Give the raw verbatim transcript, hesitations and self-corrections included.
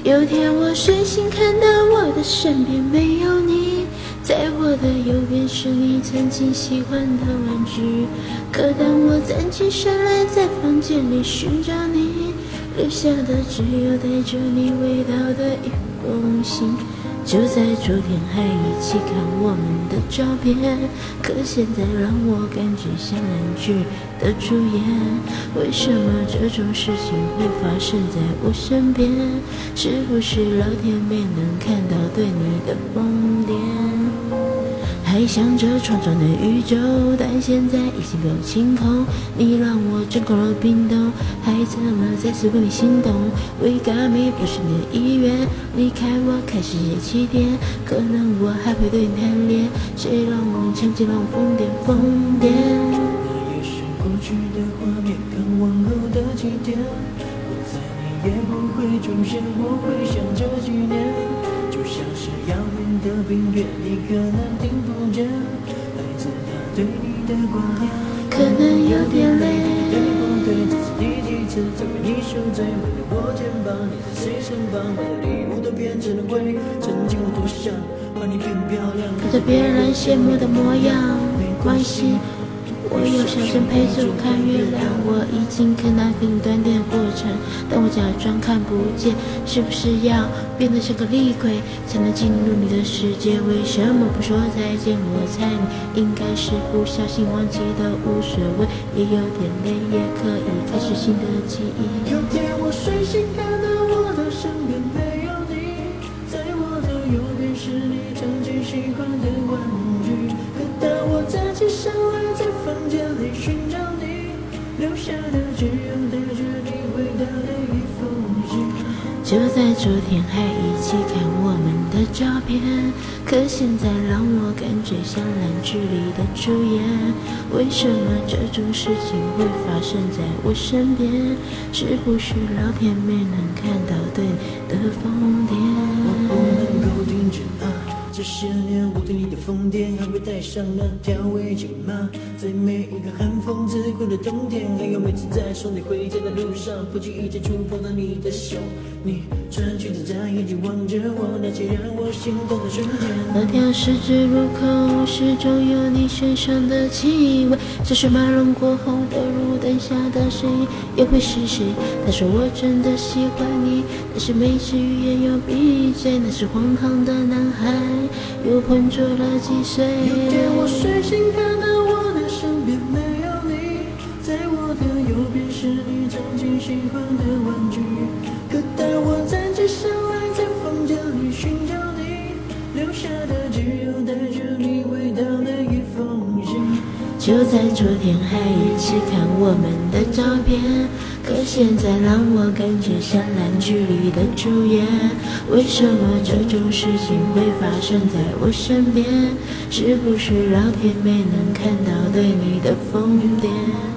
有天我睡醒，看到我的身边没有你，在我的右边是你曾经喜欢的玩具。可当我站起身来，在房间里寻找你，留下的只有带着你味道的一封信。就在昨天还一起看我们的照片，可现在让我感觉像烂剧的主演。为什么这种事情会发生在我身边？是不是老天没能看到对你的疯癫？还想着创造的宇宙，但现在已经够清空。你让我整个了冰冻，还怎么再次为你心动？ We got me 不是你的意愿，离开我开始也起点，可能我还会对你贪恋。谁让我强奸让我疯癫疯癫？ 那也是过去的画面，看往后的起点。我猜你也不会出现，我会想这几年，就像是遥远的冰月，你可能听不见，来自他对你的挂念， 可能有点累。 对不对？这是第几次再为你受罪？为了我肩膀，你在谁身旁？我的礼物都变成了灰，曾经我多想把你变漂亮， 看着别人羡慕的模样，没关系。 我有小声陪着我看月亮，我已经看那个断电过程，但我假装看不见。是不是要变得像个厉鬼，才能进入你的世界？为什么不说再见？我猜你应该是不小心忘记的，无所谓，也有点累，也可以开始新的记忆。 有天我睡醒，看到我的身边没有你，在我的右边是你曾经喜欢的玩具。可当我站起身来，在房间里寻找你，留下的只有带着你味道的一封信。 就在昨天还一起看我们的照片，可现在让我感觉像烂剧里的主演。为什么这种事情会发生在我身边？是不是老天没能看到对你的疯癫？ 我不能够停止啊！这些年我对你的疯癫，还会带上那条围巾吗？在每一个寒风刺骨的冬天，还有每次在送你回家的路上，不经意间触碰到你的手，你专注的在眼睛望着我，那些让我心动的瞬间。 那条十字路口始终有你身上的气味，车水马龙过后的路灯下的身影又会是谁？他说我真的喜欢你，但是每次语言又闭嘴，那是荒唐的男孩。 又混浊了几岁？ 有天我睡醒，看到我的身边没有你，在我的右边是你曾经喜欢的玩具。可当我站起身来，在房间里寻找你，留下的只有带着你味道的一封信。 就在昨天还一起看我们的照片，可现在让我感觉像烂剧里的主演。为什么这种事情会发生在我身边？是不是老天没能看到对你的疯癫？